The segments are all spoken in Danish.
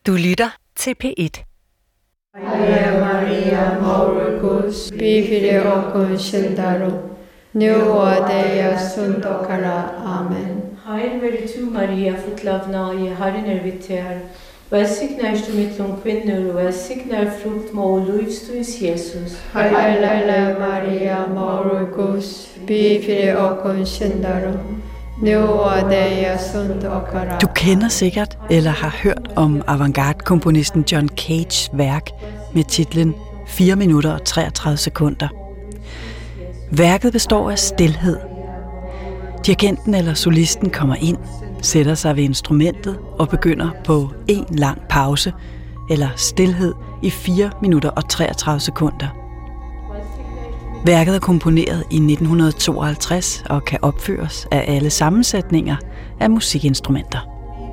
Du lytter til P1. Ave Maria, Mor Guds, bifide okum syndaro, nu og dei stundokara. Amen. Heil være du, Maria, full av nåde, Herren vid ter. Välsigna är du mittlom kvinnor och välsigna är frukt med livstus Jesus. Heile Maria, Mor Guds, bifide okum syndaro, nu og dei stundokara. Du kender sikkert eller har hørt om avantgarde-komponisten John Cages værk med titlen 4 minutter og 33 sekunder. Værket består af stilhed. Dirigenten eller solisten kommer ind, sætter sig ved instrumentet og begynder på en lang pause eller stilhed i 4 minutter og 33 sekunder. Værket er komponeret i 1952 og kan opføres af alle sammensætninger af musikinstrumenter.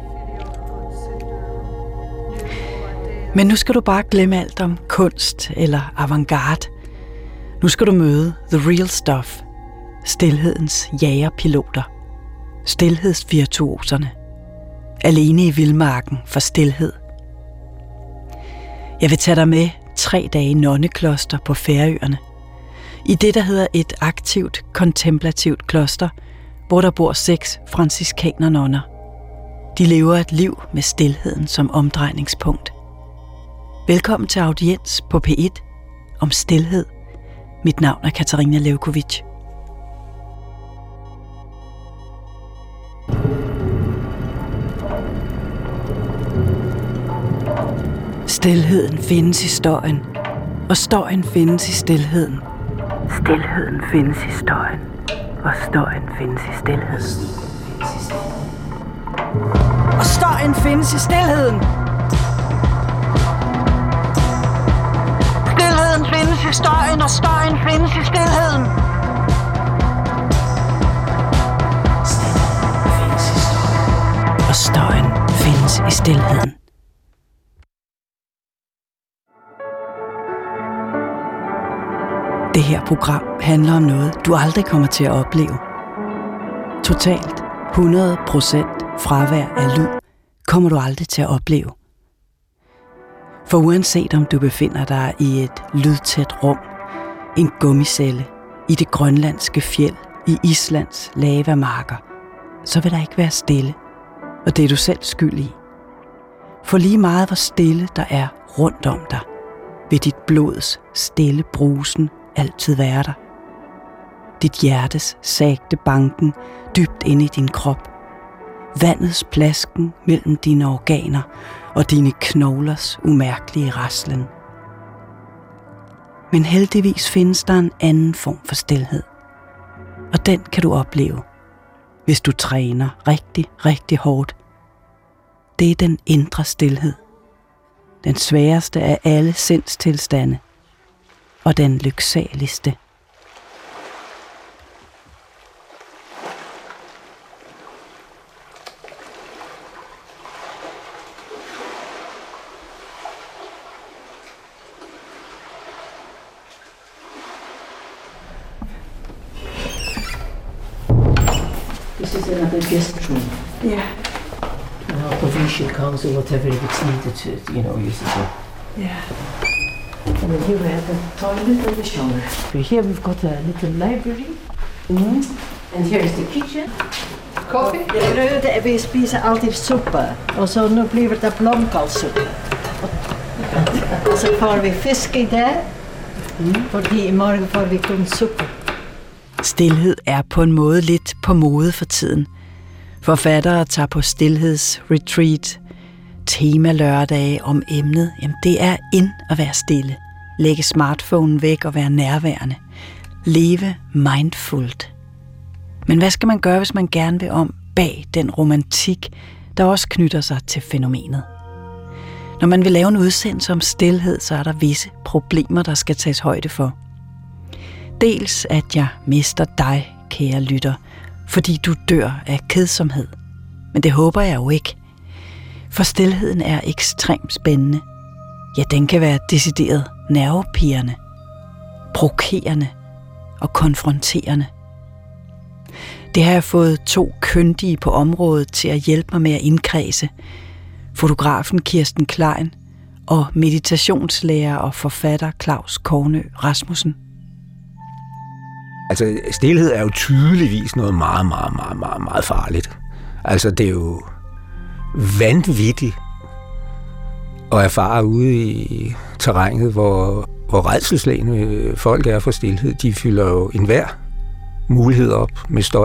Men nu skal du bare glemme alt om kunst eller avantgarde. Nu skal du møde the real stuff, stilhedens jagerpiloter, stilhedsvirtuoserne, alene i vildmarken for stilhed. Jeg vil tage dig med 3 dage i nonnekloster på Færøerne, i det, der hedder et aktivt, kontemplativt kloster, hvor der bor 6 franciskaner-nonner. De lever et liv med stilheden som omdrejningspunkt. Velkommen til audiens på P1 om stilhed. Mit navn er Katarina Levkovich. Stilheden findes i støjen, og støjen findes i stilheden. Stilheden findes i støjen, og støjen findes i stilheden. Og støjen findes i stilheden. Stilheden findes i støjen, og støjen findes i stilheden. Og støjen findes i stilheden. Det her program handler om noget, du aldrig kommer til at opleve. Totalt 100% fravær af lyd kommer du aldrig til at opleve. For uanset om du befinder dig i et lydtæt rum, en gummicelle, i det grønlandske fjeld, i Islands lavamarker, så vil der ikke være stille, og det er du selv skyld i. For lige meget hvor stille der er rundt om dig, vil dit blods stille brusen altid være der. Dit hjertes sagte banken dybt inde i din krop. Vandets plasken mellem dine organer og dine knoglers umærkelige raslen. Men heldigvis findes der en anden form for stilhed. Og den kan du opleve, hvis du træner rigtig, rigtig hårdt. Det er den indre stilhed. Den sværeste af alle sindstilstande. Og den lyksaligste. This is another guest room. Yeah. Provincial council, whatever it's needed to, use it. Yeah. And then here we have the toilet and the shower. Here we've got a little library. Mm-hmm. And here is the kitchen. Coffee? Vi spiser altid suppe, og så nu bliver det blomkålsuppe. Og så får vi fisk i dag, fordi i morgen får vi kun suppe. Stilhed er på en måde lidt på mode for tiden. Forfattere tager på stilhedsretreat, temalørdage om emnet. Jamen, det er in at være stille. Lægge smartphonen væk og være nærværende. Leve mindfuldt. Men hvad skal man gøre, hvis man gerne vil om bag den romantik, der også knytter sig til fænomenet? Når man vil lave en udsendelse om stilhed, så er der visse problemer, der skal tages højde for. Dels at jeg mister dig, kære lytter, fordi du dør af kedsomhed. Men det håber jeg jo ikke. For stilheden er ekstremt spændende. Ja, den kan være decideret nervepirrende, provokerende og konfronterende. Det har jeg fået 2 kyndige på området til at hjælpe mig med at indkredse. fotografen Kirsten Klein og meditationslærer og forfatter Claus Kornø Rasmussen. Altså, stilhed er jo tydeligvis noget meget, meget, meget, meget, meget farligt. Altså, det er jo vanvittigt at erfare ude i terrænet, hvor rædselsslagne folk er for stilhed. De fylder jo enhver mulighed op med støj.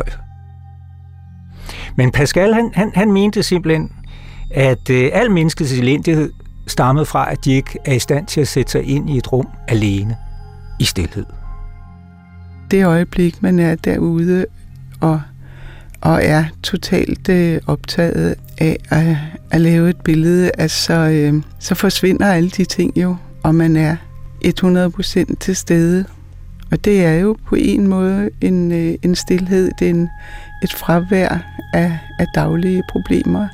Men Pascal, han mente simpelthen, at al menneskets elendighed stammede fra, at de ikke er i stand til at sætte sig ind i et rum alene i stilhed. Det øjeblik, man er derude og er totalt optaget af at lave et billede, altså, så forsvinder alle de ting jo, og man er 100% til stede. Og det er jo på en måde en stilhed, det er et fravær af daglige problemer.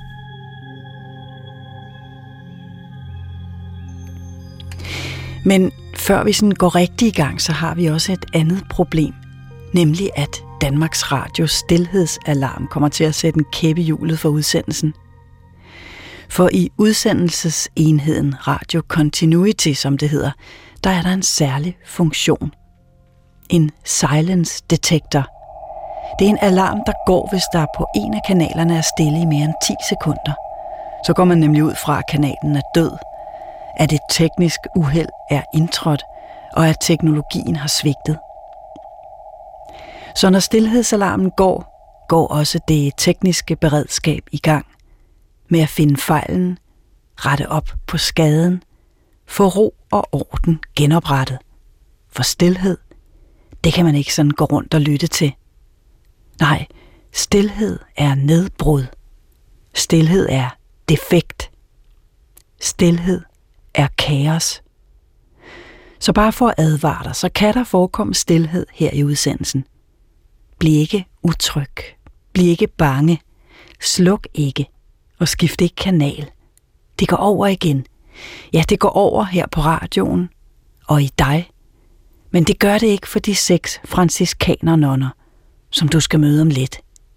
Men før vi sådan går rigtig i gang, så har vi også et andet problem, nemlig at Danmarks Radios stilhedsalarm kommer til at sætte en kæppe i hjulet for udsendelsen. For i udsendelsesenheden Radio Continuity, som det hedder, der er der en særlig funktion. En silence detector. Det er en alarm, der går, hvis der på en af kanalerne er stille i mere end 10 sekunder. Så går man nemlig ud fra, at kanalen er død, at et teknisk uheld er indtrådt, og at teknologien har svigtet. Så når stilhedsalarmen går også det tekniske beredskab i gang med at finde fejlen, rette op på skaden, få ro og orden genoprettet. For stilhed, det kan man ikke sådan gå rundt og lytte til. Nej, stilhed er nedbrud. Stilhed er defekt. Stilhed er kaos. Så bare for at advare dig, så kan der forekomme stilhed her i udsendelsen. Bliv ikke utryg. Bliv ikke bange. Sluk ikke. Og skift ikke kanal. Det går over igen. Ja, det går over her på radioen. Og i dig. Men det gør det ikke for de 6 franciskaner-nonner, som du skal møde om lidt.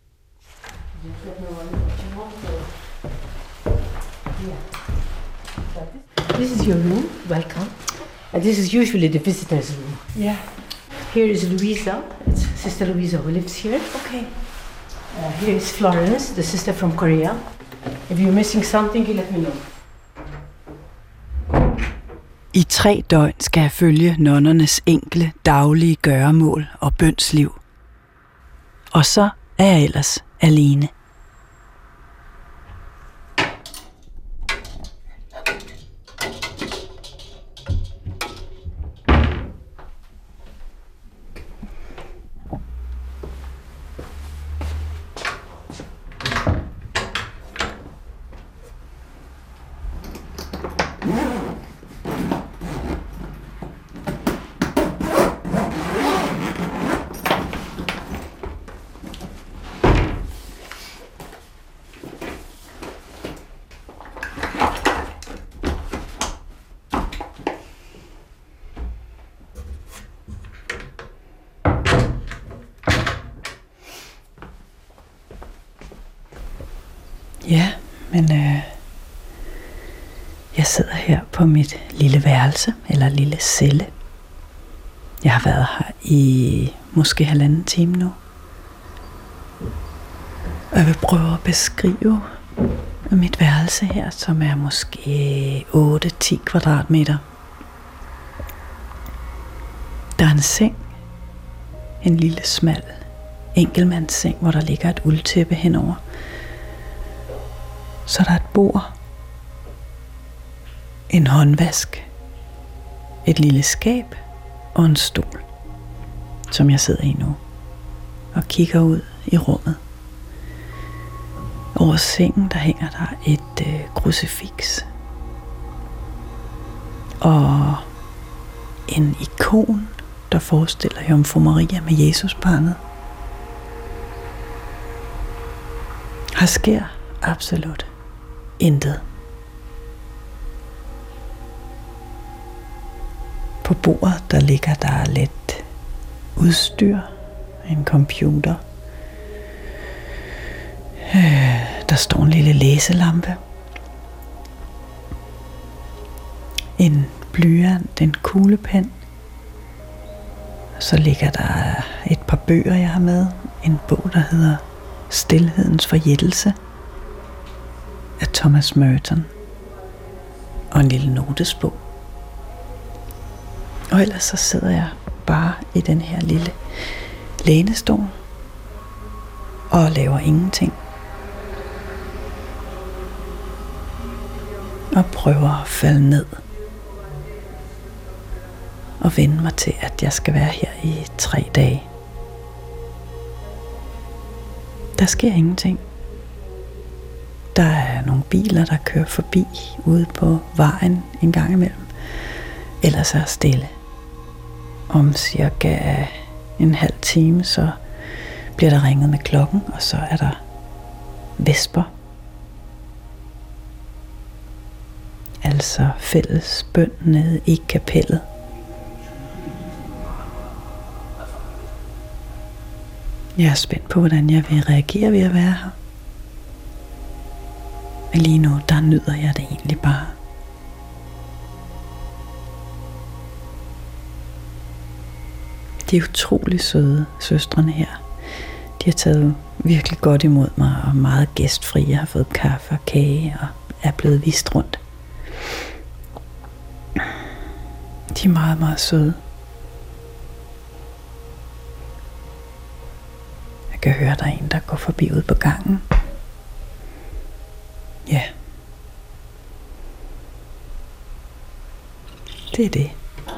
This is your room. Welcome. And this is usually the visitors' room. Ja. Here is Louisa. It's Sister Louisa who lives here. Okay. Here is Florence, the sister from Korea. If you're missing something, you let me know. I 3 døgn skal jeg følge nonnernes enkle, daglige gøremål og bønsliv. Og så er jeg ellers alene. Ja, men jeg sidder her på mit lille værelse, eller lille celle. Jeg har været her i måske 1,5 time nu. Og jeg vil prøve at beskrive mit værelse her, som er måske 8-10 kvadratmeter. Der er en seng. En lille, smal enkeltmandsseng, hvor der ligger et uldtæppe henover. Så der er et bord, en håndvask, et lille skab og en stol, som jeg sidder i nu og kigger ud i rummet. Over sengen der hænger der et krucifiks og en ikon, der forestiller Jomfru Maria med Jesusbarnet. Her sker absolut intet. På bordet der ligger der lidt udstyr, en computer. Der står en lille læselampe. en blyant, en kuglepen. Så ligger der et par bøger, jeg har med. En bog, der hedder Stilhedens forjættelse af Thomas Merton. Og en lille notesbog. Og ellers så sidder jeg bare i den her lille lænestol og laver ingenting. Og prøver at falde ned. Og vende mig til, at jeg skal være her i 3 dage. Der sker ingenting. Der er nogle biler, der kører forbi ude på vejen en gang imellem. Ellers er stille. Om cirka en halv time, så bliver der ringet med klokken, og så er der vesper. Altså fælles bøn nede i kapellet. Jeg er spændt på, hvordan jeg vil reagere ved at være her. Men lige nu, der nyder jeg det egentlig bare. De er utrolig søde, søstrene her. De har taget virkelig godt imod mig og meget gæstfri. Jeg har fået kaffe og kage og er blevet vist rundt. De er meget, meget søde. Jeg kan høre, der er en, der går forbi ude på gangen. Ja. Det er det.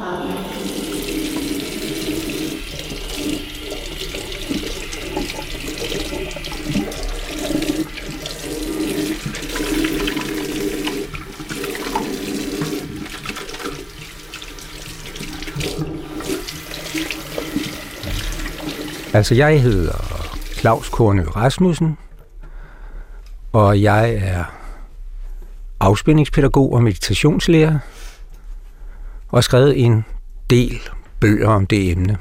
Altså, jeg hedder Claus Kornø Rasmussen, og jeg er afspændingspædagog og meditationslærer, og har skrevet en del bøger om det emne.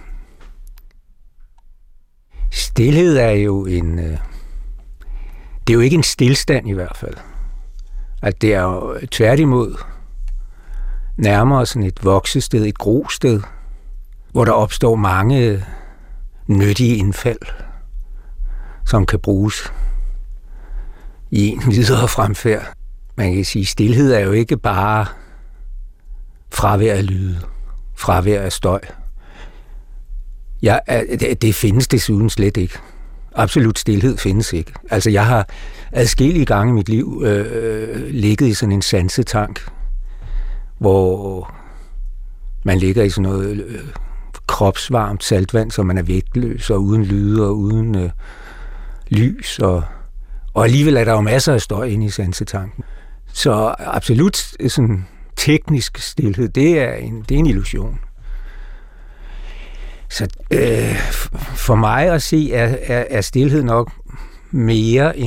Stilhed er jo det er jo ikke en stilstand i hvert fald. At det er jo tværtimod nærmere sådan et voksested, et grosted, hvor der opstår mange nyttige indfald, som kan bruges i en videre fremfærd. Man kan sige, at stilhed er jo ikke bare fravær af lyde, fravær af støj. Det findes desuden slet ikke. Absolut stilhed findes ikke. Altså, jeg har adskillige gange i mit liv ligget i sådan en sansetank, hvor man ligger i sådan noget kropsvarmt saltvand, så man er vægtløs og uden lyde og uden lys. Og alligevel er der jo masser af støj inde i sansetanken. Så absolut sådan teknisk stilhed, det er en illusion. Så for mig at se, er stilhed nok mere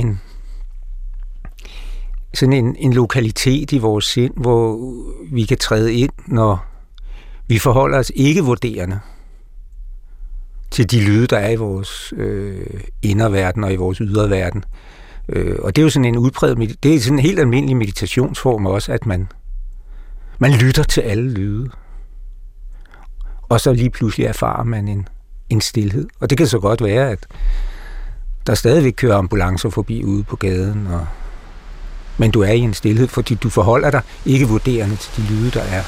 sådan en lokalitet i vores sind, hvor vi kan træde ind, når vi forholder os ikke vurderende til de lyde, der er i vores inderverden og i vores ydre verden. Og det er jo sådan en udpræget, det er sådan en helt almindelig meditationsform også, at man lytter til alle lyde. Og så lige pludselig erfarer man en stilhed. Og det kan så godt være, at der stadigvæk kører ambulancer forbi ude på gaden, men du er i en stilhed, fordi du forholder dig ikke vurderende til de lyde, der er.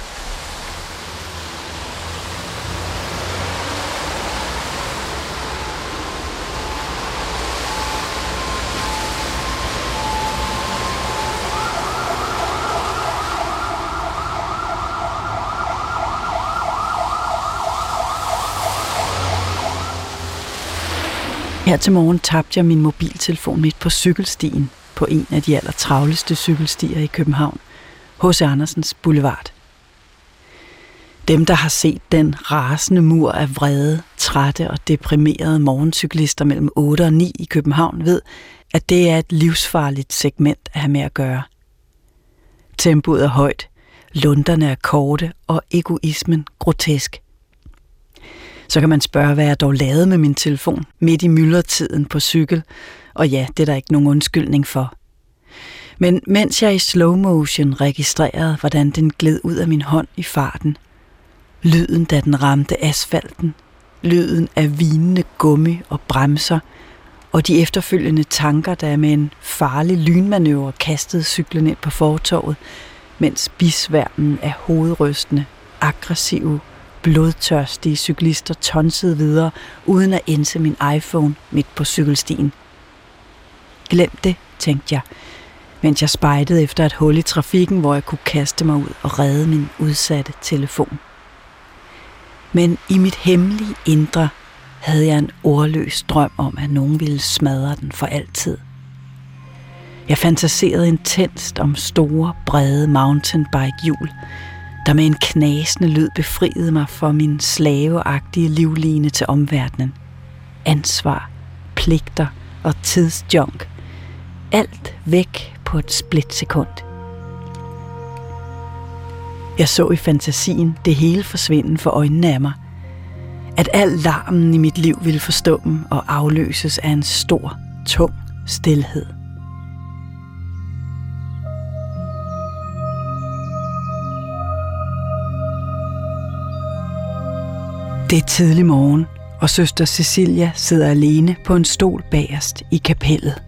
Her til morgen tabte jeg min mobiltelefon midt på cykelstien på en af de allertravleste cykelstier i København, H.C. Andersens Boulevard. Dem, der har set den rasende mur af vrede, trætte og deprimerede morgencyklister mellem 8 og 9 i København, ved, at det er et livsfarligt segment at have med at gøre. Tempoet er højt, lunderne er korte og egoismen grotesk. Så kan man spørge, hvad jeg dog lavede med min telefon midt i myldretiden på cykel. Og ja, det er der ikke nogen undskyldning for. Men mens jeg i slow motion registrerede, hvordan den gled ud af min hånd i farten, lyden, da den ramte asfalten, lyden af vinende gummi og bremser, og de efterfølgende tanker, der med en farlig lynmanøvre kastede cyklen ind på fortovet, mens bisværmen af hovedrystende, aggressive, blodtørstige cyklister tonsede videre, uden at indse min iPhone midt på cykelstien. Glem det, tænkte jeg, mens jeg spejdede efter et hul i trafikken, hvor jeg kunne kaste mig ud og redde min udsatte telefon. Men i mit hemmelige indre havde jeg en ordløs drøm om, at nogen ville smadre den for altid. Jeg fantaserede intenst om store, brede mountainbike-hjul, der med en knasende lyd befriede mig for min slaveagtige livline til omverdenen. Ansvar, pligter og tidsjunk. Alt væk på et splitsekund. Jeg så i fantasien det hele forsvinde for øjnene af mig. At al larmen i mit liv ville forstumme og afløses af en stor, tung stilhed. Det er tidlig morgen, og søster Cecilia sidder alene på en stol bagerst i kapellet.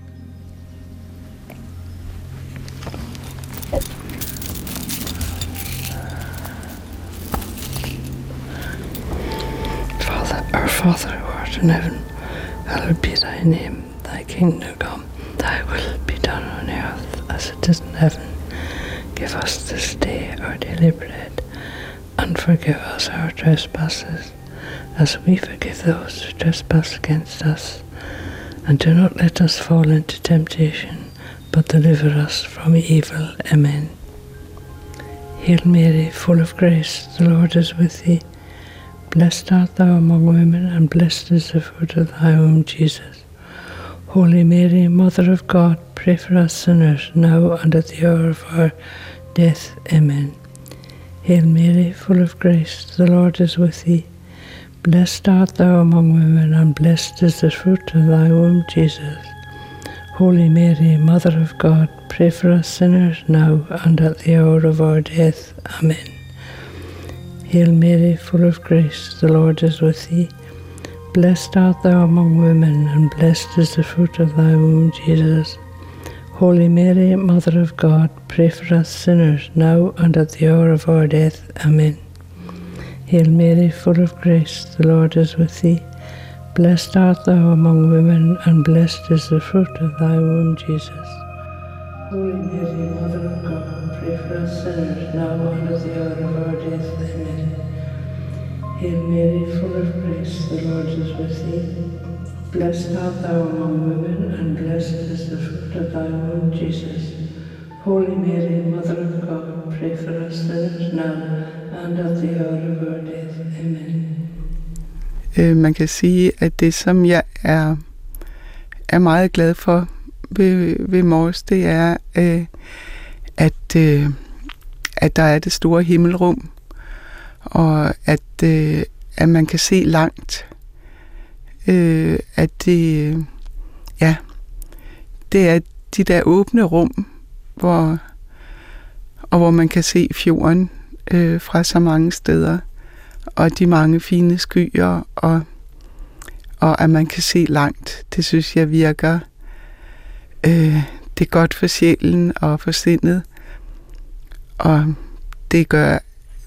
Our Father who art in heaven, hallowed be thy name. Thy kingdom come, thy will be done on earth as it is in heaven. Give us this day our daily bread, and forgive us our trespasses, as we forgive those who trespass against us. And do not let us fall into temptation, but deliver us from evil. Amen. Hail Mary, full of grace, the Lord is with thee. Blessed art thou among women, and blessed is the fruit of thy womb, Jesus. Holy Mary, Mother of God, pray for us sinners, now and at the hour of our death. Amen. Hail Mary, full of grace, the Lord is with thee. Blessed art thou among women, and blessed is the fruit of thy womb, Jesus. Holy Mary, Mother of God, pray for us sinners, now and at the hour of our death. Amen. Hail Mary, full of grace, the Lord is with thee. Blessed art thou among women, and blessed is the fruit of thy womb, Jesus. Holy Mary, Mother of God, pray for us sinners, now and at the hour of our death. Amen. Hail Mary, full of grace, the Lord is with thee. Blessed art thou among women, and blessed is the fruit of thy womb, Jesus. Holy Mary, Mother of God, pray for us sinners, now and at the hour of our death. Amen. Hail Mary, full of grace, the Lord is with thee. Blessed art thou among women, and blessed is the fruit of thy womb, Jesus. Holy Mary, Mother of God, pray for us sinners, now and at the hour of our death. Amen. Man kan sige, at det, som jeg er meget glad for ved Mors, det er, at der er det store himmelrum, og at man kan se langt. At det er de der åbne rum, hvor man kan se fjorden fra så mange steder, og de mange fine skyer, og at man kan se langt. Det synes jeg virker det er godt for sjælen og for sindet, og det er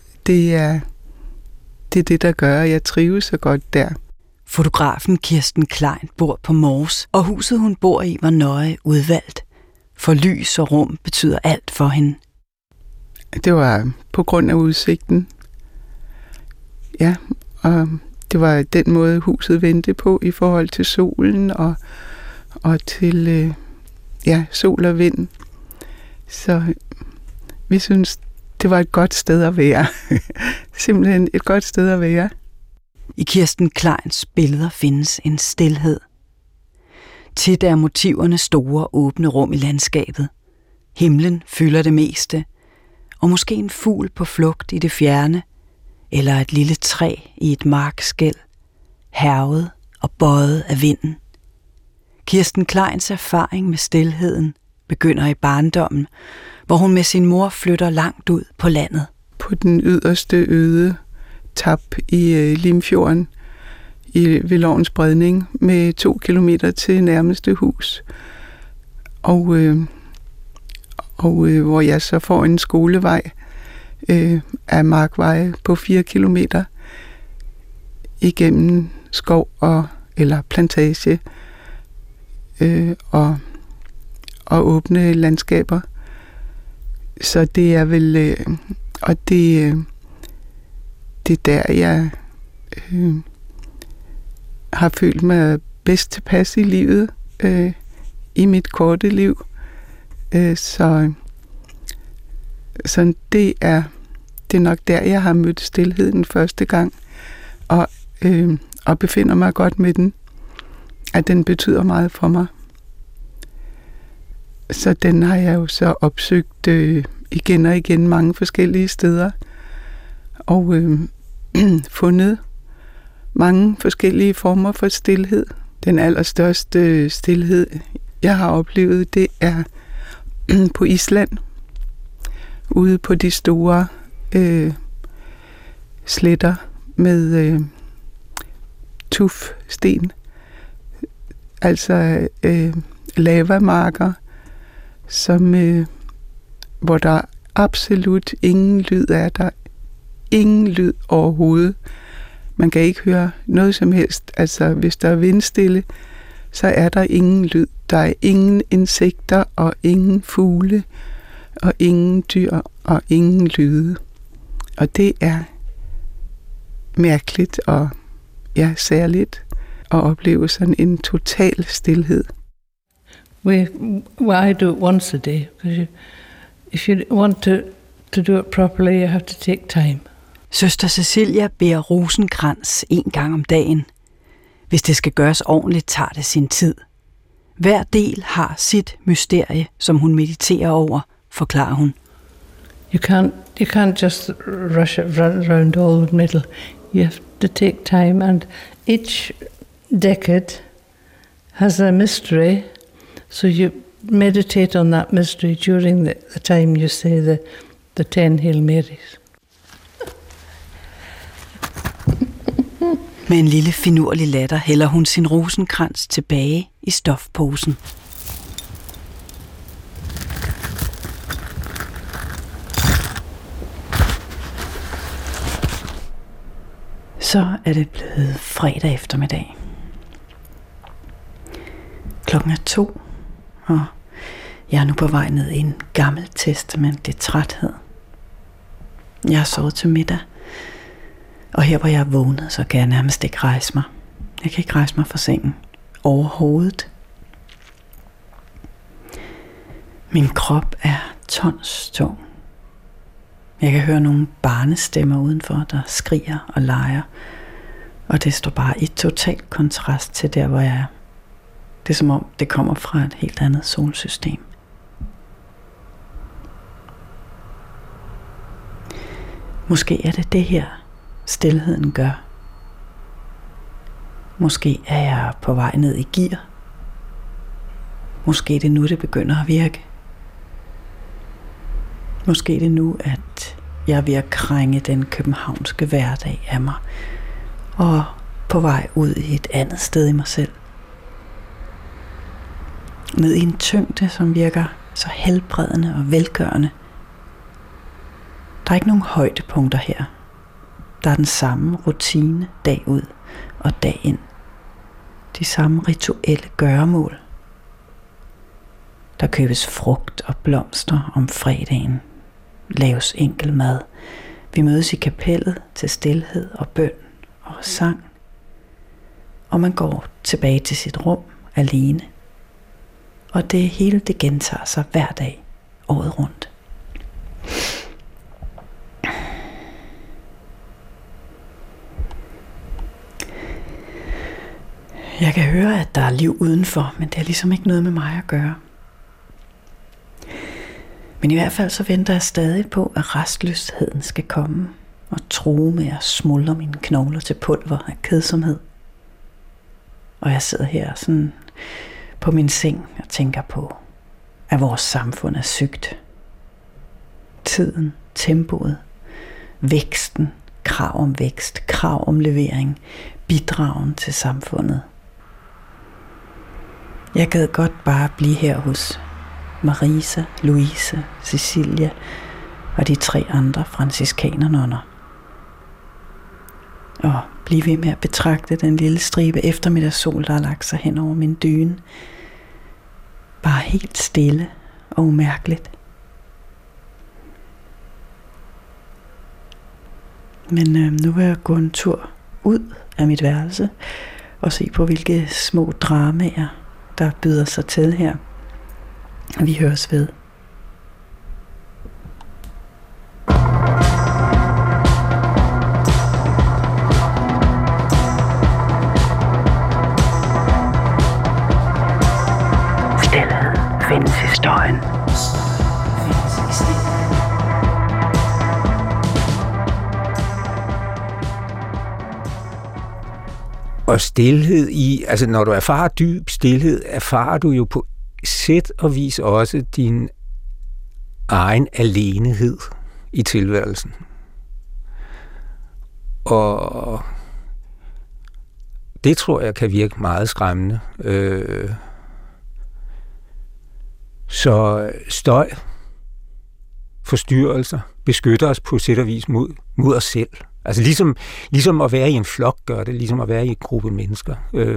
det, der gør, at jeg trives så godt der. Fotografen Kirsten Klein bor på Mors, og huset hun bor i var nøje udvalgt. For lys og rum betyder alt for hende. Det var på grund af udsigten. Ja, og det var den måde, huset vendte på i forhold til solen og til sol og vind. Så vi synes, det var et godt sted at være. Simpelthen et godt sted at være. I Kirsten Kleins billeder findes en stilhed. Tit er motiverne store, åbne rum i landskabet. Himlen fylder det meste, og måske en fugl på flugt i det fjerne, eller et lille træ i et markskel, hærget og bøjet af vinden. Kirsten Kleins erfaring med stilheden begynder i barndommen, hvor hun med sin mor flytter langt ud på landet. På den yderste øde tap i Limfjorden ved Lovens Bredning med 2 kilometer til nærmeste hus. Og hvor jeg så får en skolevej af markveje på 4 kilometer igennem skov eller plantage og åbne landskaber. Så det er vel og det er der jeg har følt mig bedst tilpas i livet i mit korte liv. Så det er nok der jeg har mødt stilheden første gang og befinder mig godt med den, at den betyder meget for mig. Så den har jeg jo så opsøgt igen og igen mange forskellige steder og fundet mange forskellige former for stilhed. Den allerstørste stilhed, jeg har oplevet, det er på Island, ude på de store sletter med tufsten, altså lavamarker, hvor der absolut ingen lyd er der. Ingen lyd overhovedet. Man kan ikke høre noget som helst. Altså, hvis der er vindstille, så er der ingen lyd. Der er ingen insekter og ingen fugle og ingen dyr og ingen lyde. Og det er mærkeligt og særligt at opleve sådan en total stilhed. I do it once a day, because if you want to do it properly, you have to take time. Søster Cecilia beder rosenkrans 1 gang om dagen. Hvis det skal gøres ordentligt, tager det sin tid. Hver del har sit mysterie, som hun mediterer over, forklarer hun. You can't just rush it around all the middle. You have to take time, and each decade has a mystery, so you meditate on that mystery during the time you say the 10 Hail Marys. Med en lille finurlig latter hælder hun sin rosenkrans tilbage i stofposen. Så er det blevet fredag eftermiddag. Klokken er 2, og jeg er nu på vej ned i en gammeltestamentlig træthed. Jeg har sovet til middag, og her hvor jeg er vågnet, så kan jeg nærmest ikke rejse mig. Jeg kan ikke rejse mig fra sengen overhovedet. Min krop er tonstung. Jeg kan høre nogle barnestemmer udenfor, der skriger og leger, og det står bare i total kontrast til der, hvor jeg er. Det er som om, det kommer fra et helt andet solsystem. Måske er det her, stilheden gør. Måske er jeg på vej ned i gear. Måske er det nu, det begynder at virke. Måske er det nu, at jeg er ved at krænge den københavnske hverdag af mig, og på vej ud i et andet sted i mig selv. Ned i en tyngde, som virker så helbredende og velgørende. Der er ikke nogen højdepunkter her. Der er den samme rutine dag ud og dag ind. De samme rituelle gøremål. Der købes frugt og blomster om fredagen. Laves enkel mad. Vi mødes i kapellet til stilhed og bøn og sang. Og man går tilbage til sit rum alene. Og det hele det gentager sig hver dag, året rundt. Jeg kan høre, at der er liv udenfor, men det har ligesom ikke noget med mig at gøre. Men i hvert fald så venter jeg stadig på, at restløsheden skal komme og true med at smuldre mine knogler til pulver af kedsomhed. Og jeg sidder her sådan på min seng og tænker på at vores samfund er sygt. Tiden, tempoet, væksten, krav om vækst, krav om levering, bidragen til samfundet. Jeg gad godt bare blive her hos Marisa, Louise, Cecilia og de 3 andre franciskanernonner. Og blive ved med at betragte den lille stribe eftermiddagssol, der har lagt sig hen over min dyne. Bare helt stille og umærkeligt. Men nu vil jeg gå en tur ud af mit værelse og se på, hvilke små dramaer, der byder sig til her. Vi høres ved. Stilhed findes i støjen. Og stilhed altså når du erfarer dyb stilhed, erfarer du jo på sæt og vis også din egen alenehed i tilværelsen. Og det tror jeg kan virke meget skræmmende. Så støj, forstyrrelser, beskytter os på sæt og vis mod os selv. Altså ligesom at være i en flok gør det, ligesom at være i en gruppe mennesker.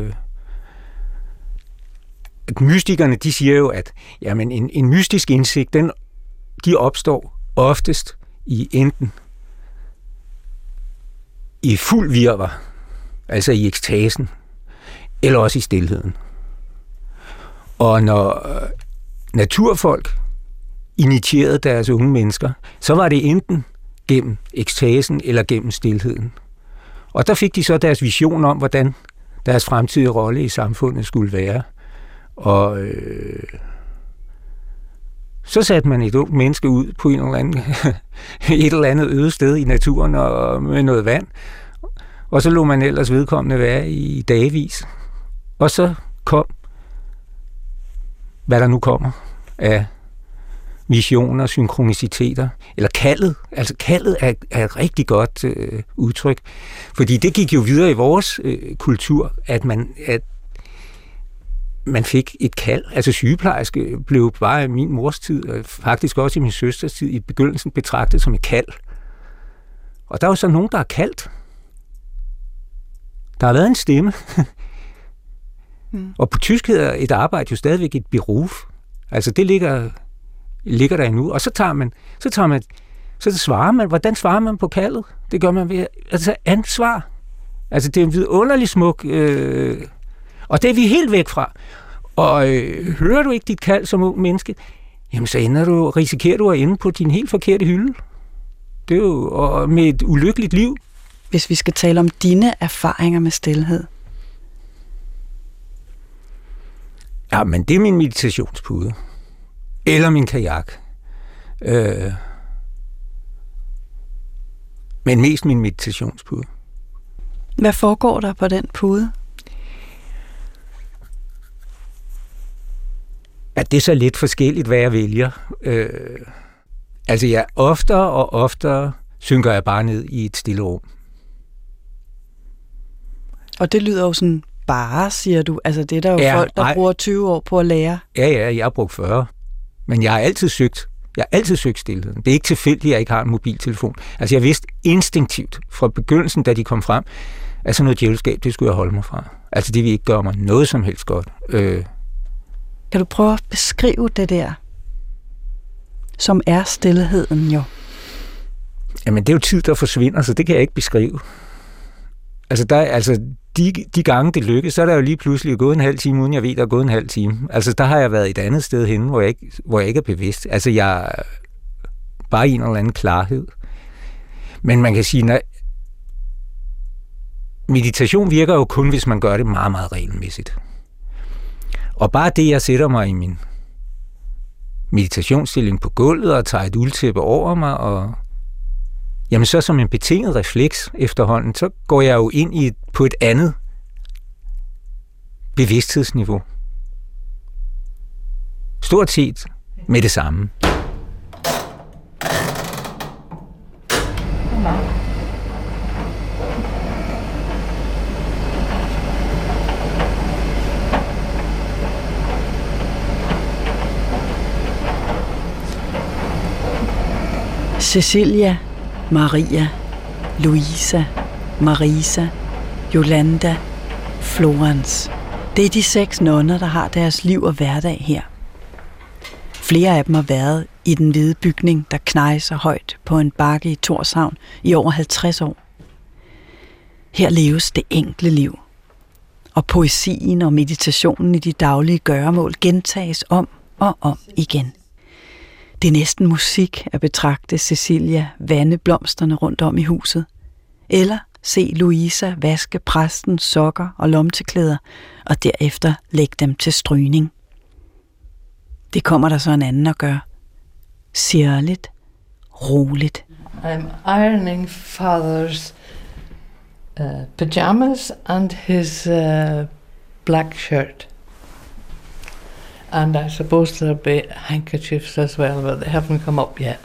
Mystikerne, de siger jo, at jamen, en mystisk indsigt, de opstår oftest i enten i fuld virvar, altså i ekstasen, eller også i stilheden. Og når naturfolk initierede deres unge mennesker, så var det enten gennem ekstasen eller gennem stilheden. Og der fik de så deres vision om, hvordan deres fremtidige rolle i samfundet skulle være. Og så satte man et ungt menneske ud på et eller andet øde sted i naturen og med noget vand, og så lod man ellers vedkommende være i dagevis. Og så kom, hvad der nu kommer af visioner, synkroniciteter, eller kaldet. Altså kaldet er et rigtig godt udtryk, fordi det gik jo videre i vores kultur, at man fik et kald. Altså sygeplejerske blev bare i min mors tid, og faktisk også i min søsters tid, i begyndelsen betragtet som et kald. Og der er jo så nogen, der har kaldt. Der har været en stemme. Og på tysk hedder et arbejde jo stadigvæk et Beruf. Altså det ligger der endnu. Og så svarer man. Hvordan svarer man på kaldet? Det gør man ved ansvar. Altså det er en vidunderlig smuk... Og det er vi helt væk fra. Og hører du ikke dit kald som ung menneske, jamen så risikerer du at ende på din helt forkerte hylde. Det er jo og med et ulykkeligt liv. Hvis vi skal tale om dine erfaringer med stilhed. Ja, men det er min meditationspude. Eller min kajak. Men mest min meditationspude. Hvad foregår der på den pude? Ja, det er så lidt forskelligt, hvad jeg vælger. Altså, jeg oftere og oftere synker jeg bare ned i et stille rum. Og det lyder jo sådan bare, siger du. Altså, det er der jo folk, der bruger 20 år på at lære. Ja, jeg har brugt 40. Men jeg har altid søgt stilheden. Det er ikke tilfældigt, at jeg ikke har en mobiltelefon. Altså, jeg vidste instinktivt fra begyndelsen, da de kom frem, at sådan noget djævelskab, det skulle jeg holde mig fra. Altså, det vil ikke gøre mig noget som helst godt. Kan du prøve at beskrive det der, som er stilheden jo? Jamen, det er jo tid, der forsvinder, så det kan jeg ikke beskrive. Altså, de gange, det lykkes, så er der jo lige pludselig gået en halv time, uden jeg ved, der er gået en halv time. Altså, der har jeg været et andet sted henne, hvor jeg ikke er bevidst. Altså, jeg er bare i en eller anden klarhed. Men man kan sige, at meditation virker jo kun, hvis man gør det meget, meget regelmæssigt. Og bare det, jeg sætter mig i min meditationsstilling på gulvet og tager et uldtæppe over mig, og jamen så som en betinget refleks efterhånden, så går jeg jo ind på et andet bevidsthedsniveau. Stort set med det samme. Cecilia, Maria, Louisa, Marisa, Yolanda, Florence. Det er de 6 nonner, der har deres liv og hverdag her. Flere af dem har været i den hvide bygning, der knejser højt på en bakke i Tórshavn i over 50 år. Her leves det enkle liv, og poesien og meditationen i de daglige gøremål gentages om og om igen. Det er næsten musik at betragte Cecilia vande blomsterne rundt om i huset, eller se Louisa vaske præstens sokker og lomteklæder, og derefter lægge dem til strygning. Det kommer der så en anden at gøre. Sirligt, roligt. I'm ironing father's pajamas and his black shirt. And I suppose there'll be handkerchiefs as well, but they haven't come up yet.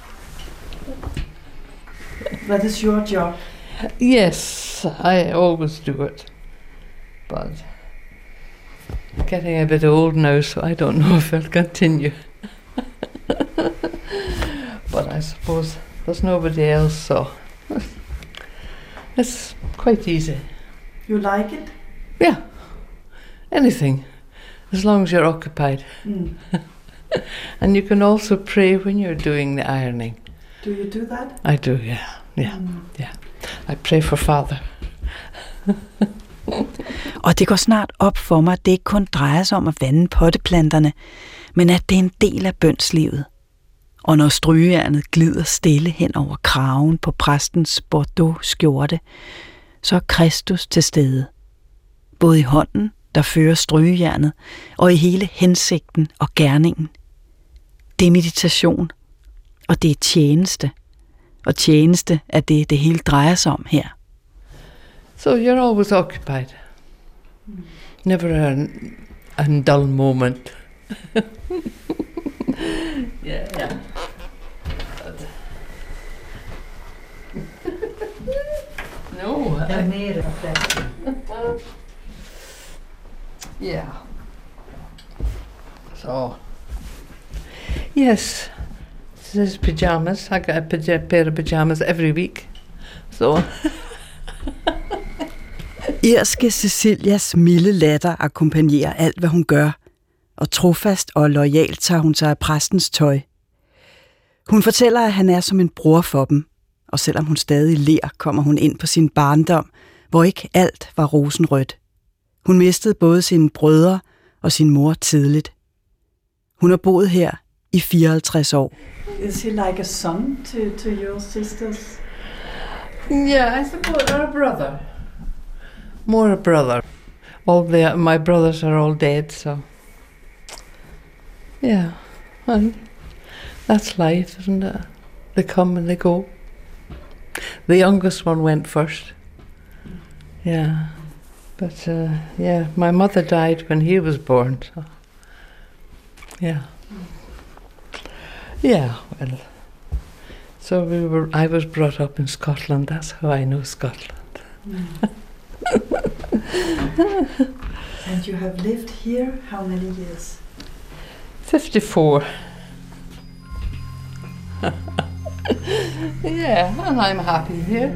That is your job. Yes, I always do it. But I'm getting a bit old now, so I don't know if I'll continue. But I suppose there's nobody else, so it's quite easy. You like it? Yeah, anything, as long as you're occupied. And you can also pray when you're doing the ironing. Do you do that? I do, yeah. I pray for Father. Og det går snart op for mig, at det ikke kun drejer sig om at vande potteplanterne, men at det er en del af bønslivet. Og når strygejernet glider stille hen over kraven på præstens bordeaux skjorte, så er Kristus til stede. Både i hånden, der fører strygejernet, og i hele hensigten og gerningen. Det er meditation, og det er tjeneste. Og tjeneste er det, det hele drejer sig om her. So you're always occupied. Never a dull moment. Yeah. No. Yeah. So. Yes. This is pajamas. I got a pair of pajamas every week. So. Irske Cecilias milde latter akkompagnerer alt, hvad hun gør, og trofast og loyalt tager hun sig af præstens tøj. Hun fortæller, at han er som en bror for dem, og selvom hun stadig ler, kommer hun ind på sin barndom, hvor ikke alt var rosenrødt. Hun mistede både sine brødre og sin mor tidligt. Hun har boet her i 54 år. Is he like a son to your sisters? Yeah, I suppose, or a brother. More a brother. My brothers are all dead, so yeah, and that's life, isn't it? They come and they go. The youngest one went first. Yeah, but my mother died when he was born. So yeah, well, so I was brought up in Scotland. That's how I know Scotland. And you have lived here how many years? 54. Yeah, and I'm happy here.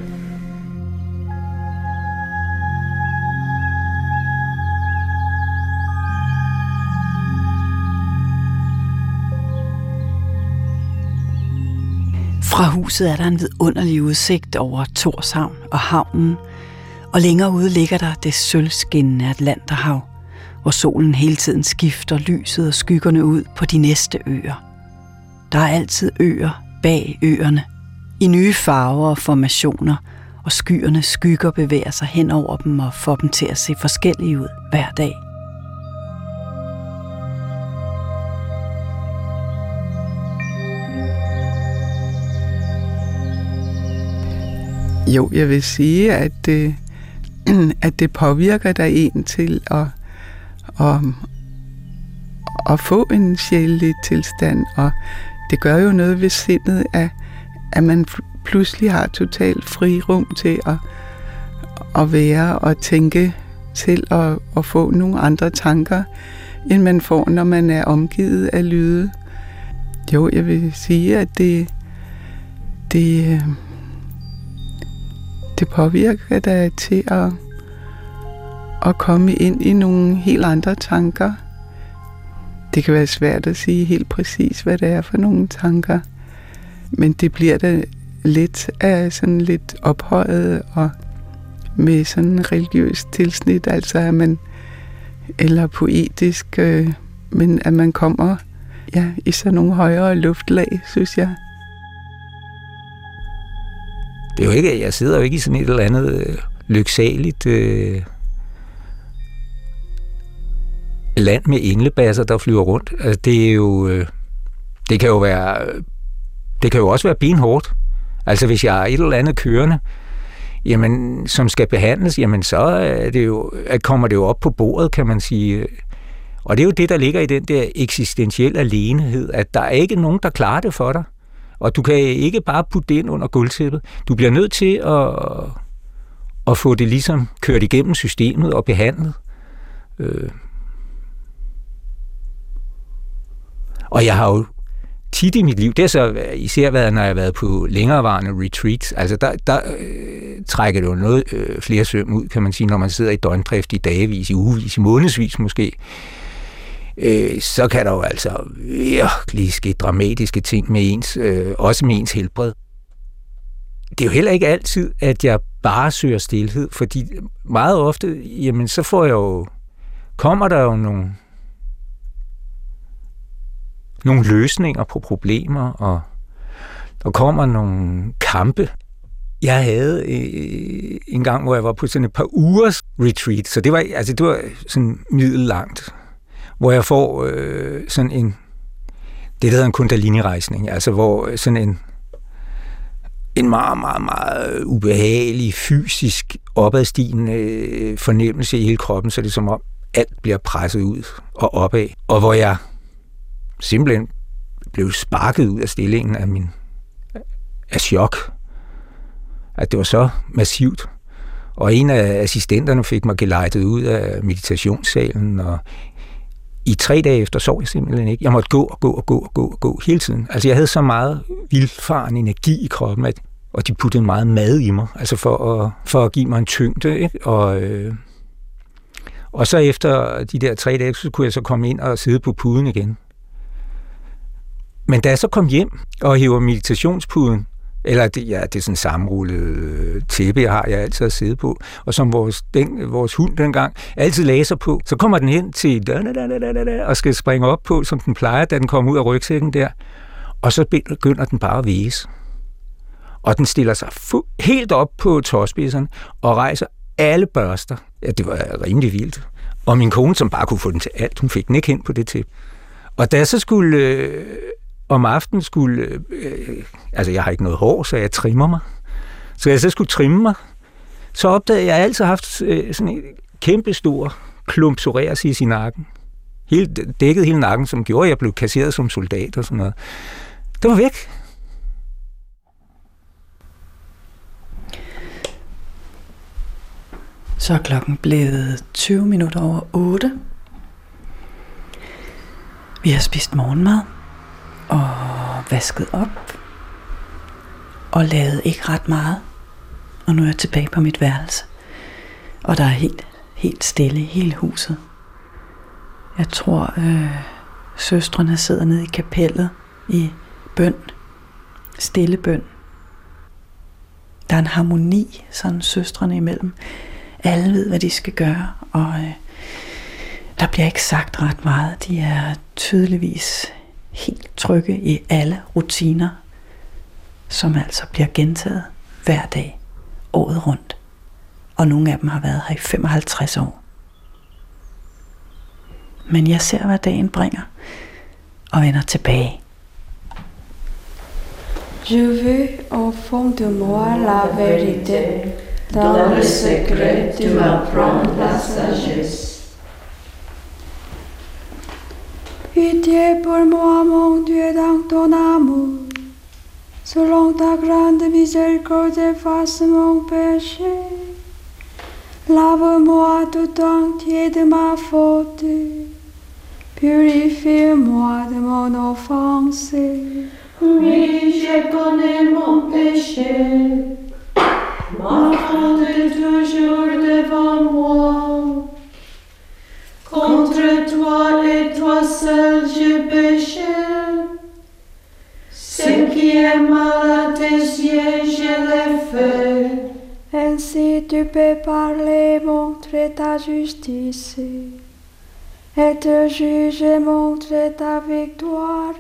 Fra huset er der en vidunderlig udsigt over Tórshavn og havnen, og længere ude ligger der det sølvskinnende Atlanterhav, hvor solen hele tiden skifter lyset og skyggerne ud på de næste øer. Der er altid øer bag øerne, i nye farver og formationer, og skyernes skygger bevæger sig hen over dem og får dem til at se forskellige ud hver dag. Jo, jeg vil sige, at det påvirker dig en til at få en sjælelig tilstand, og det gør jo noget ved sindet, at man pludselig har totalt frirum til at være og tænke til at få nogle andre tanker, end man får, når man er omgivet af lyde. Jo, jeg vil sige, at det påvirker dig til at komme ind i nogle helt andre tanker. Det kan være svært at sige helt præcis, hvad det er for nogle tanker, men det bliver da lidt af sådan lidt ophøjet og med sådan en religiøs tilsnit, altså at man, eller poetisk, men at man kommer i sådan nogle højere luftlag, synes jeg. Det er jo ikke, jeg sidder jo ikke i sådan et eller andet lyksaligt land med englebasser, der flyver rundt. Altså, det er jo, det kan jo også være benhårdt. Altså, hvis jeg er et eller andet kørende, jamen, som skal behandles, jamen, så er det jo, kommer det jo op på bordet, kan man sige. Og det er jo det, der ligger i den der eksistentielle alenehed, at der er ikke nogen, der klarer det for dig. Og du kan ikke bare putte det ind under gulvtæppet. Du bliver nødt til at få det ligesom kørt igennem systemet og behandlet. Og jeg har jo tit i mit liv, det har så især været, når jeg har været på længerevarende retreats, altså der trækker det jo noget flere søm ud, kan man sige, når man sidder i døgndrift i dagevis, i ugevis, i månedsvis måske. Så kan der jo altså virkelig ske dramatiske ting med ens, også med ens helbred. Det er jo heller ikke altid, at jeg bare søger stilhed, fordi meget ofte, jamen så kommer der jo nogle løsninger på problemer, og der kommer nogle kampe. Jeg havde en gang, hvor jeg var på sådan et par ugers retreat, så det var sådan middellangt, hvor jeg får sådan det hedder en kundalini-rejsning, altså hvor sådan en meget, meget, meget ubehagelig, fysisk opadstigende fornemmelse i hele kroppen, så det er som om alt bliver presset ud og opad, og hvor jeg simpelthen blev sparket ud af stillingen af chok, at det var så massivt. Og en af assistenterne fik mig gelejtet ud af meditationssalen, og i 3 dage efter sov jeg simpelthen ikke. Jeg måtte gå hele tiden. Altså jeg havde så meget vildfaren energi i kroppen, og de puttede meget mad i mig, altså for at give mig en tyngde, ikke? Og så efter de der 3 dage, så kunne jeg så komme ind og sidde på puden igen. Men da jeg så kom hjem og hæver meditationspuden, eller det er sådan en sammenrullet tæppe, jeg altid har siddet på, og som vores hund dengang altid læser på, så kommer den hen til og skal springe op på, som den plejer, da den kommer ud af rygsækken der, og så begynder den bare at væse. Og den stiller sig helt op på tåspidserne og rejser alle børster. Ja, det var rimelig vildt. Og min kone, som bare kunne få den til alt, hun fik den ikke hen på det tæppe. Og da jeg så skulle om aftenen altså jeg har ikke noget hår, så jeg trimmer mig. Så jeg så skulle trimme mig, så opdagede jeg, at jeg altid haft sådan en kæmpe stor klump psoriasis i nakken. Dækket hele nakken, som gjorde, at jeg blev kasseret som soldat og sådan noget. Det var væk. Så er klokken blevet 20 minutter over 8. Vi har spist morgenmad og vasket op og lavet ikke ret meget. Og nu er jeg tilbage på mit værelse. Og der er helt stille i hele huset. Jeg tror, søstrene sidder nede i kapellet i bøn. Stille bøn. Der er en harmoni, sådan søstrene imellem. Alle ved, hvad de skal gøre, og der bliver ikke sagt ret meget. De er tydeligvis helt trygge i alle rutiner, som altså bliver gentaget hver dag, året rundt. Og nogle af dem har været her i 55 år. Men jeg ser, hvad dagen bringer, og vender tilbage. Je veux au fond de moi la vérité. Dans le secret, tu m'apprends la sagesse. Pitié pour moi, mon Dieu, dans ton amour. Selon ta grande miséricorde, efface mon péché. Lave-moi tout entier de ma faute. Purifie-moi de mon offense. Oui, je connais mon péché. Ma faute est toujours devant moi. Contre toi et toi seul je péché. Ce qui est mal à tes yeux, je l'ai fait. Ainsi tu peux parler, montrer ta justice. Être juge et montrer ta victoire.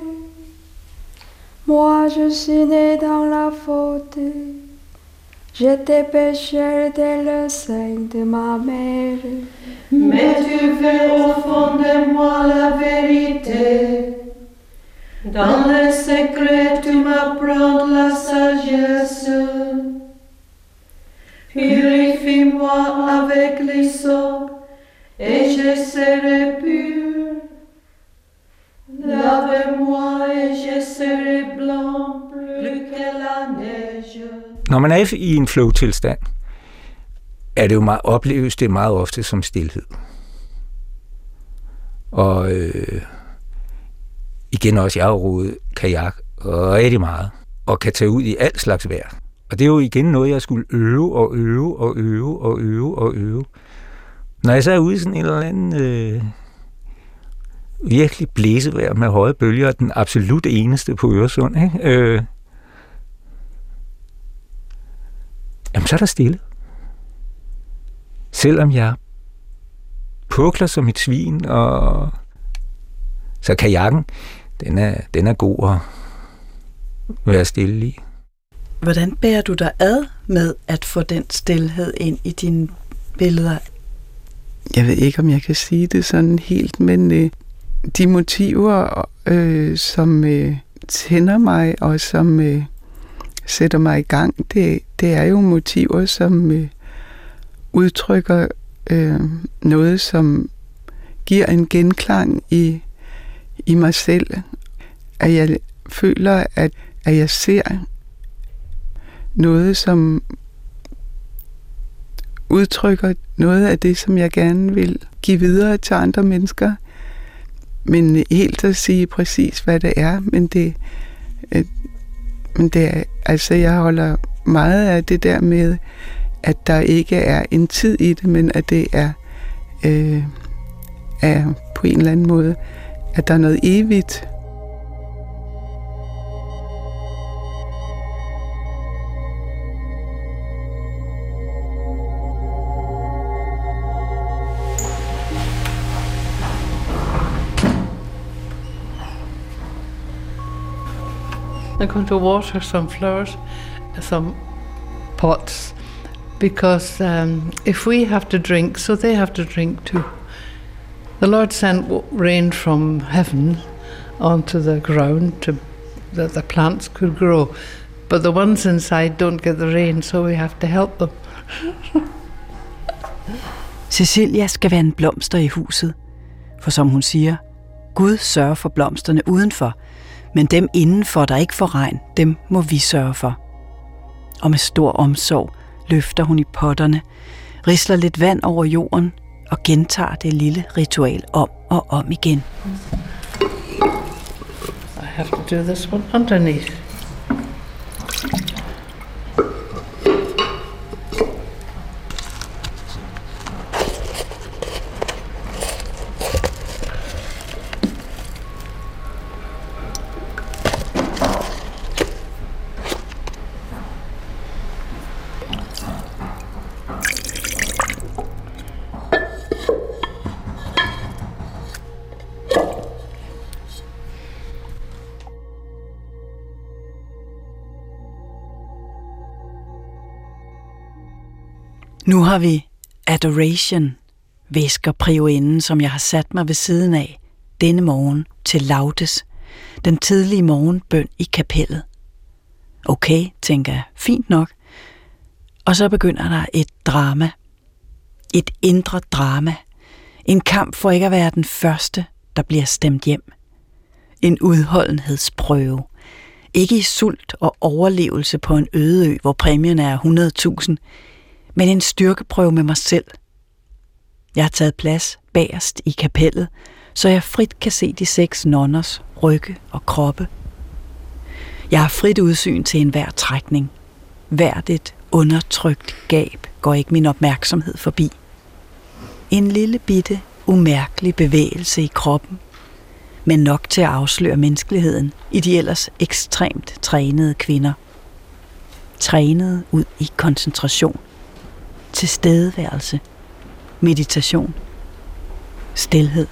Moi je suis né dans la faute. J'étais pécheur dès le sein de ma mère. Mais tu fais au fond de moi la vérité. Dans le secret, tu m'apprends la sagesse. Purifie-moi avec l'hysope, et je serai pur. Lave-moi, et je serai blanc, plus que la neige. Når man er i en flow-tilstand, er det jo meget, opleves det meget ofte som stilhed. Og igen også, jeg har roet kajak rigtig meget, og kan tage ud i alt slags vejr. Og det er jo igen noget, jeg skulle øve. Når jeg så er ude i sådan en eller anden virkelig blæsevejr med høje bølger, den absolut eneste på Øresund, ikke? Jamen så er der stille. Selvom jeg pukler som et svin, og så kajakken, den er god at være stille i. Hvordan bærer du dig ad med at få den stilhed ind i dine billeder? Jeg ved ikke, om jeg kan sige det sådan helt, men de motiver, som tænder mig og som sætter mig i gang, det er jo motiver, som udtrykker noget, som giver en genklang i mig selv. At jeg føler, at jeg ser noget, som udtrykker noget af det, som jeg gerne vil give videre til andre mennesker. Men helt at sige præcis, hvad det er, men det er, altså jeg holder meget af det der med, at der ikke er en tid i det, men at det er på en eller anden måde, at der er noget evigt. I'm going to water some flowers, some pots, because if we have to drink, so they have to drink too. The Lord sent rain from heaven onto the ground that the plants could grow, but the ones inside don't get the rain, so we have to help them. Cecilia skal vande blomster i huset, for som hun siger, Gud sørger for blomsterne udenfor, men dem indenfor, der ikke får regn, dem må vi sørge for. Og med stor omsorg løfter hun i potterne, risler lidt vand over jorden og gentager det lille ritual om og om igen. I have to do this one underneath. Nu har vi adoration, væsker priorinden, som jeg har sat mig ved siden af denne morgen til laudes, den tidlige morgenbøn i kapellet. Okay, tænker jeg, fint nok. Og så begynder der et drama. Et indre drama. En kamp for ikke at være den første, der bliver stemt hjem. En udholdenhedsprøve. Ikke i sult og overlevelse på en øde ø, hvor præmien er 100.000, men en styrkeprøve med mig selv. Jeg har taget plads bagerst i kapellet, så jeg frit kan se de 6 nonners rygge og kroppe. Jeg har frit udsyn til enhver trækning. Hvert et undertrykt gab går ikke min opmærksomhed forbi. En lille bitte, umærkelig bevægelse i kroppen, men nok til at afsløre menneskeligheden i de ellers ekstremt trænede kvinder. Trænede ud i koncentration, tilstedeværelse, meditation, stilhed.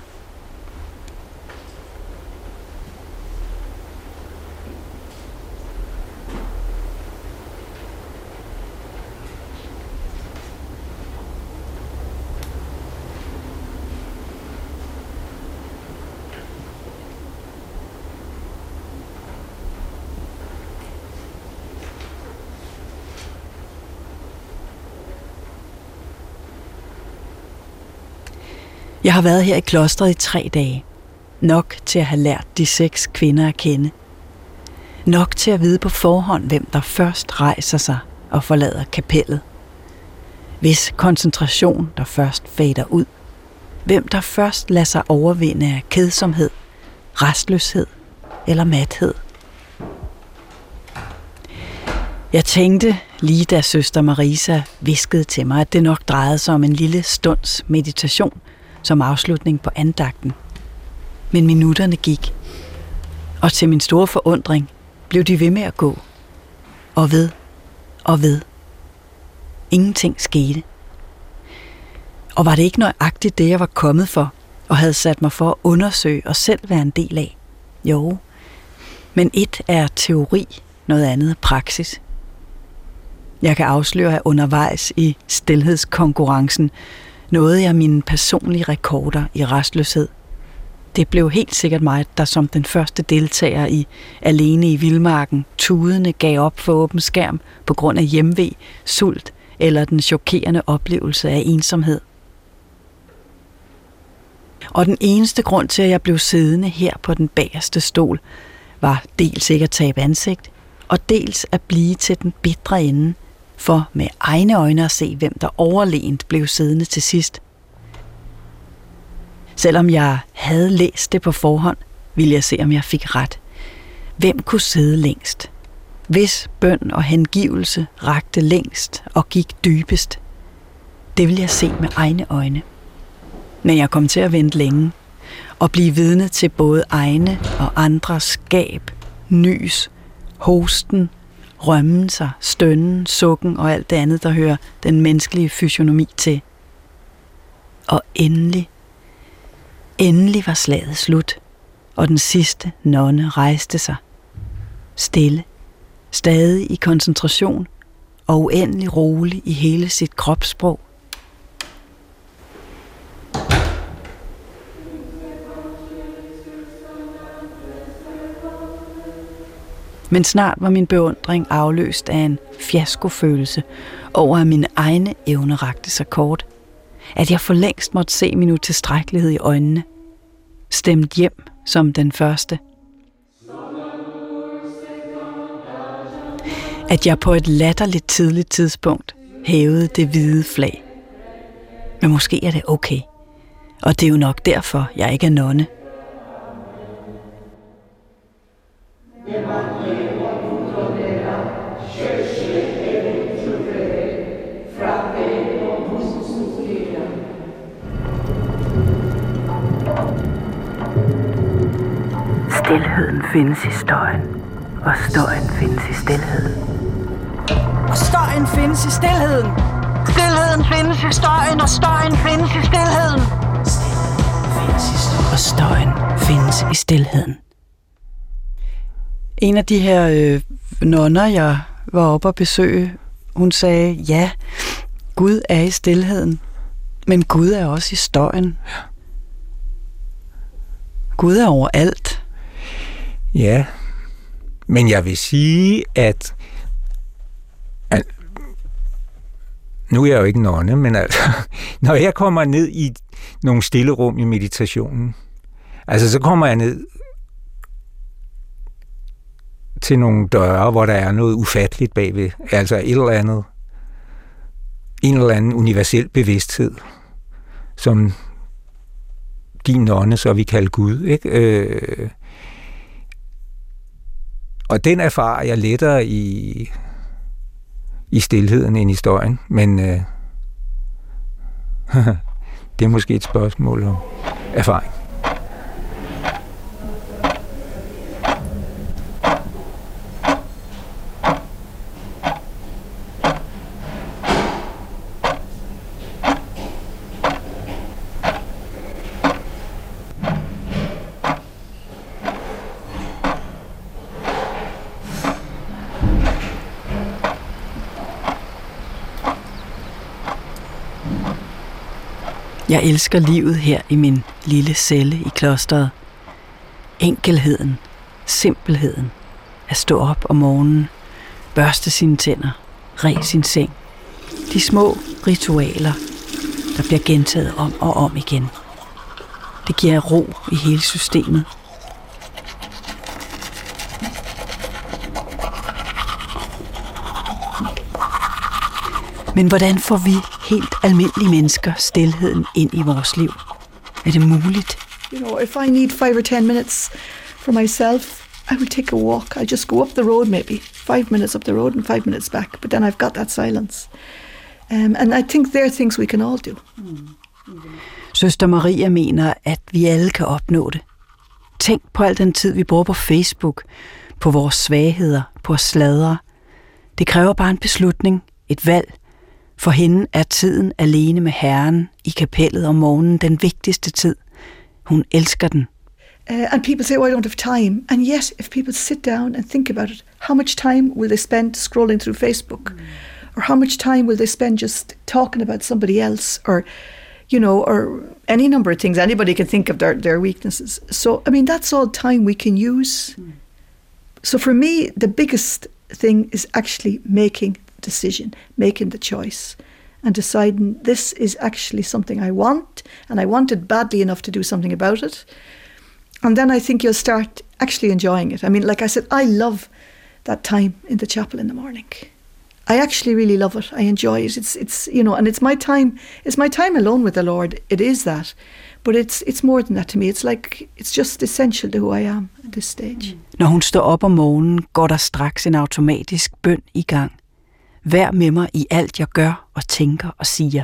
Jeg har været her i klostret i 3 dage. Nok til at have lært de 6 kvinder at kende. Nok til at vide på forhånd, hvem der først rejser sig og forlader kapellet. Hvis koncentration, der først fader ud. Hvem der først lader sig overvinde af kedsomhed, restløshed eller mathed. Jeg tænkte, lige da søster Marisa hviskede til mig, at det nok drejede sig om en lille stunds meditation som afslutning på andagten. Men minutterne gik, og til min store forundring blev de ved med at gå. Og ved, og ved. Ingenting skete. Og var det ikke nøjagtigt det, jeg var kommet for, og havde sat mig for at undersøge og selv være en del af? Jo, men et er teori, noget andet er praksis. Jeg kan afsløre, at undervejs i stilhedskonkurrencen nåede jeg mine personlige rekorder i restløshed. Det blev helt sikkert mig, der som den første deltager i Alene i Vildmarken tudende gav op for åben skærm på grund af hjemve, sult eller den chokerende oplevelse af ensomhed. Og den eneste grund til, at jeg blev siddende her på den bagerste stol, var dels ikke at tabe ansigt, og dels at blive til den bitre ende, for med egne øjne at se, hvem der overlegent blev siddende til sidst. Selvom jeg havde læst det på forhånd, ville jeg se, om jeg fik ret. Hvem kunne sidde længst? Hvis bøn og hengivelse rakte længst og gik dybest? Det ville jeg se med egne øjne. Men jeg kom til at vente længe og blive vidne til både egne og andres gab, nys, hosten, rømmelser, stønnen, sukken og alt det andet, der hører den menneskelige fysionomi til. Og endelig var slaget slut, og den sidste nonne rejste sig. Stille, stadig i koncentration og uendelig rolig i hele sit kropssprog. Men snart var min beundring afløst af en fiaskofølelse over, at mine egne evner rakte så kort, at jeg for længst måtte se min utilstrækkelighed i øjnene, stemt hjem som den første. At jeg på et latterligt tidligt tidspunkt hævede det hvide flag. Men måske er det okay, og det er jo nok derfor, jeg ikke er nonne. Stilheden findes i støjen, og støjen findes i stilheden. Og støjen findes i stilheden. Stilheden findes i støjen, og støjen findes i stilheden. Og støjen findes i stilheden. En af de her nonner, jeg var oppe at besøge, hun sagde, ja, Gud er i stilheden, men Gud er også i støjen. Gud er overalt. Ja, men jeg vil sige, at nu er jeg jo ikke nonne, men altså, når jeg kommer ned i nogle stille rum i meditationen, altså så kommer jeg ned til nogle døre, hvor der er noget ufatteligt bagved. Altså en eller anden universel bevidsthed, som din nonne, så vi kalder Gud, ikke? Og den erfarer jeg lettere i stilheden end i støjen, men det er måske et spørgsmål om erfaring. Jeg elsker livet her i min lille celle i klosteret. Enkelheden, simpelheden, at stå op om morgenen, børste sine tænder, reg sin seng. De små ritualer, der bliver gentaget om og om igen. Det giver ro i hele systemet. Men hvordan får vi helt almindelige mennesker stilheden ind i vores liv? Er det muligt? You know, if I need 5 or 10 minutes for myself, I will take a walk. I just go up the road maybe, 5 minutes up the road and 5 minutes back. But then I've got that silence. And I think there are things we can all do. Søster Maria mener, at vi alle kan opnå det. Tænk på al den tid, vi bruger på Facebook, på vores svagheder, på at sladre. Det kræver bare en beslutning, et valg. For hende er tiden alene med Herren i kapellet om morgenen den vigtigste tid. Hun elsker den. And people say, oh, I don't have time. And yet, if people sit down and think about it, how much time will they spend scrolling through Facebook? Or how much time will they spend just talking about somebody else? Or, you know, or any number of things. Anybody can think of their weaknesses. So, I mean, that's all time we can use. So for me, the biggest thing is actually making decision, making the choice and deciding this is actually something I want and I want it badly enough to do something about it. And then I think you'll start actually enjoying it. I mean, like I said, I love that time in the chapel in the morning. I actually really love it. I enjoy it. It's you know, and it's my time alone with the Lord. It is that. But it's more than that to me. It's like, it's just essential to who I am at this stage. Når hun står op om morgenen, går der straks en automatisk bøn i gang. Vær med mig i alt, jeg gør og tænker og siger.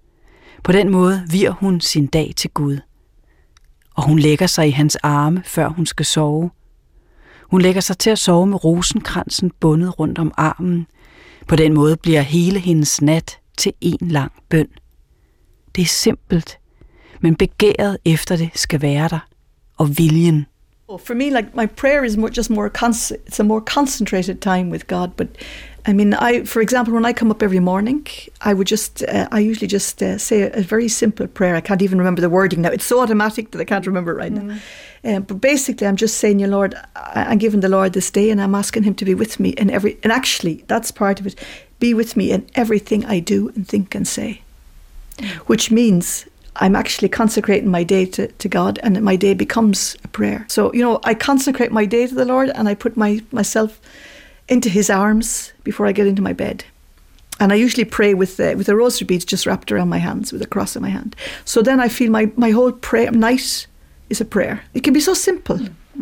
På den måde viger hun sin dag til Gud. Og hun lægger sig i hans arme, før hun skal sove. Hun lægger sig til at sove med rosenkransen bundet rundt om armen. På den måde bliver hele hendes nat til en lang bøn. Det er simpelt, men begæret efter det skal være der, og viljen. For me, like my prayer is it's a more concentrated time with God. But I mean, for example, when I come up every morning, I would just, I usually just say a very simple prayer. I can't even remember the wording now. It's so automatic that I can't remember it right now. But basically, I'm just saying, Lord, I'm giving the Lord this day, and I'm asking Him to be with me in and actually, that's part of it. Be with me in everything I do and think and say, which means I'm actually consecrating my day to God, and my day becomes a prayer. So, you know, I consecrate my day to the Lord, and I put myself into His arms before I get into my bed. And I usually pray with the rosary beads just wrapped around my hands, with a cross in my hand. So then I feel my whole prayer night is a prayer. It can be so simple.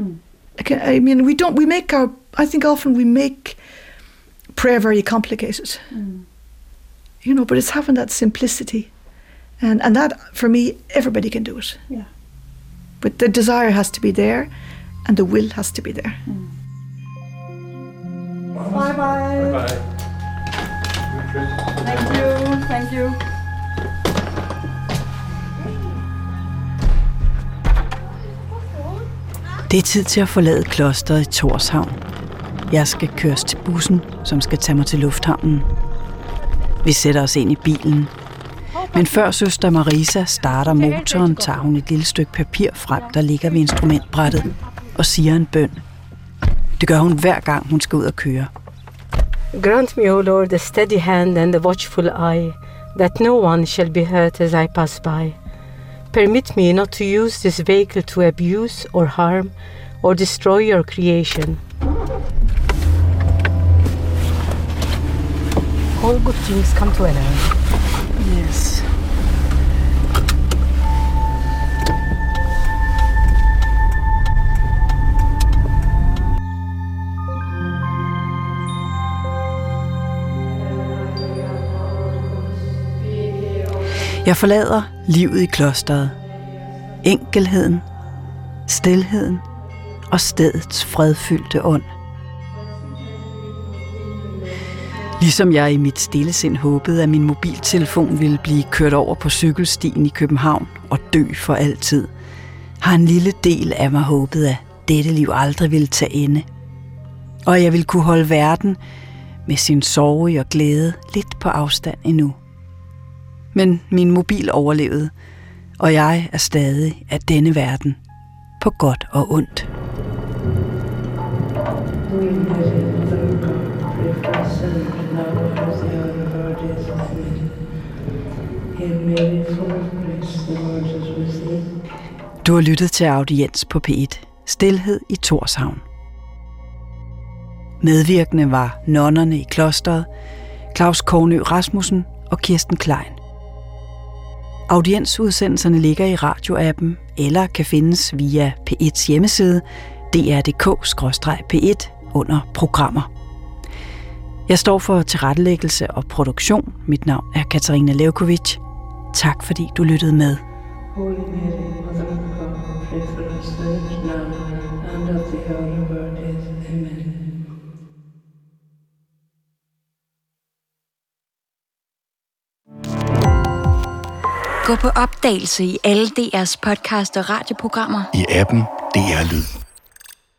I think often we make prayer very complicated. You know, but it's having that simplicity. And that, for me, everybody can do it. Yeah. But the desire has to be there, and the will has to be there. Bye-bye. Bye-bye. Thank you. Det er tid til at forlade klosteret i Tórshavn. Jeg skal køres til bussen, som skal tage mig til lufthavnen. Vi sætter os ind i bilen. Men før søster Marisa starter motoren, tager hun et lille stykke papir frem, der ligger ved instrumentbrættet, og siger en bøn. Det gør hun hver gang, hun skal ud og køre. Grant me, O Lord, a steady hand and a watchful eye, that no one shall be hurt as I pass by. Permit me not to use this vehicle to abuse or harm or destroy your creation. all good things come to an end. Yes. Jeg forlader livet i klosteret, enkelheden, stilheden og stedets fredfyldte ånd. Ligesom jeg i mit stillesind håbede, at min mobiltelefon ville blive kørt over på cykelstien i København og dø for altid, har en lille del af mig håbet, at dette liv aldrig ville tage ende. Og jeg ville kunne holde verden med sin sorg og glæde lidt på afstand endnu. Men min mobil overlevede, og jeg er stadig af denne verden, på godt og ondt. Du har lyttet til Audiens på P1, Stilhed i Thorshavn. Medvirkende var nonnerne i klosteret, Claus Kornø Rasmussen og Kirsten Klein. Audiensudsendelserne ligger i radioappen eller kan findes via P1's hjemmeside dr.dk/P1 under programmer. Jeg står for tilrettelæggelse og produktion. Mit navn er Katarina Levkovich. Tak fordi du lyttede med. Holy Mary, Mother of God, pray for us sinners now and at the hour of our death. Amen. Gå på opdagelse i alle DR's podcast og radioprogrammer. I appen DR Lyd.